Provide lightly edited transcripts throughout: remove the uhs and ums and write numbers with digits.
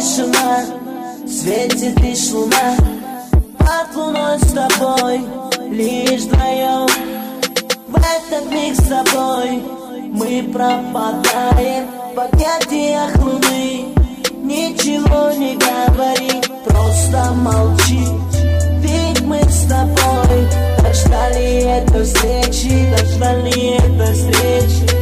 тишина, светит лишь луна. Под луной с тобой, лишь вдвоем. В этот миг с тобой мы пропадаем в объятиях луны. Ничего не говори, просто молчи. Ведь мы с тобой так ждали этой встречи, так ждали этой встречи.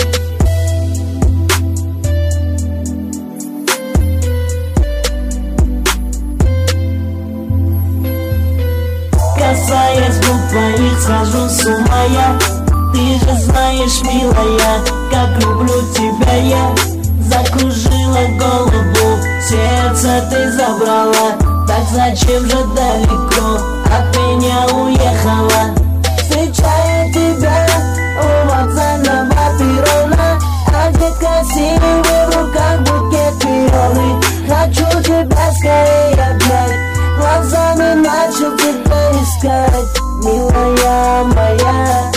Касаясь губ твоих, схожу с ума я. Ты же знаешь, милая, как люблю тебя я. Закружила голову, сердце ты забрала. Так зачем же далеко от меня уехала? Встречаю тебя у вокзального перрона. Одет красивый, в руках букет виолы. Хочу тебя скорее обнять, глазами начал тебя искать. Милая моя,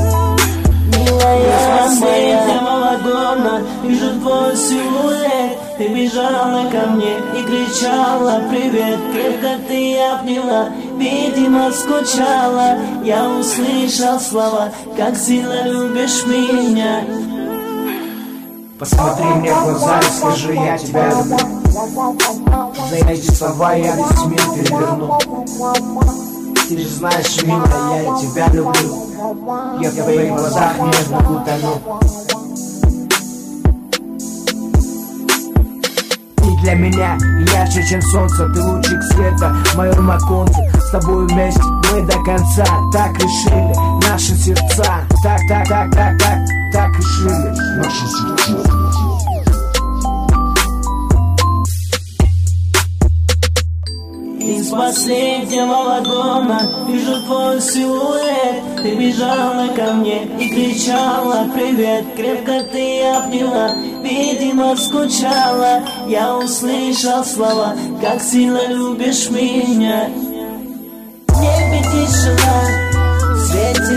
милая моя. Вагона, вижу твой силуэт. Ты бежала ко мне и кричала привет. Крепко ты обняла, видимо скучала. Я услышал слова, как сильно любишь меня. Посмотри мне в глаза и скажи, я тебя люблю. За эти слова я весь мир переверну. Ты же знаешь, милая, я тебя люблю. Я в твоих глазах нежно утону. Ты для меня ярче, чем солнце. Ты лучик света в моем оконце. С тобой вместе мы до конца. Так решили наши сердца. Так решили наши сердца. Из последнего вагона вижу твой силуэт. Ты бежала ко мне и кричала привет. Крепко ты обняла, видимо скучала. Я услышал слова, как сильно любишь меня. В небе тишина, светит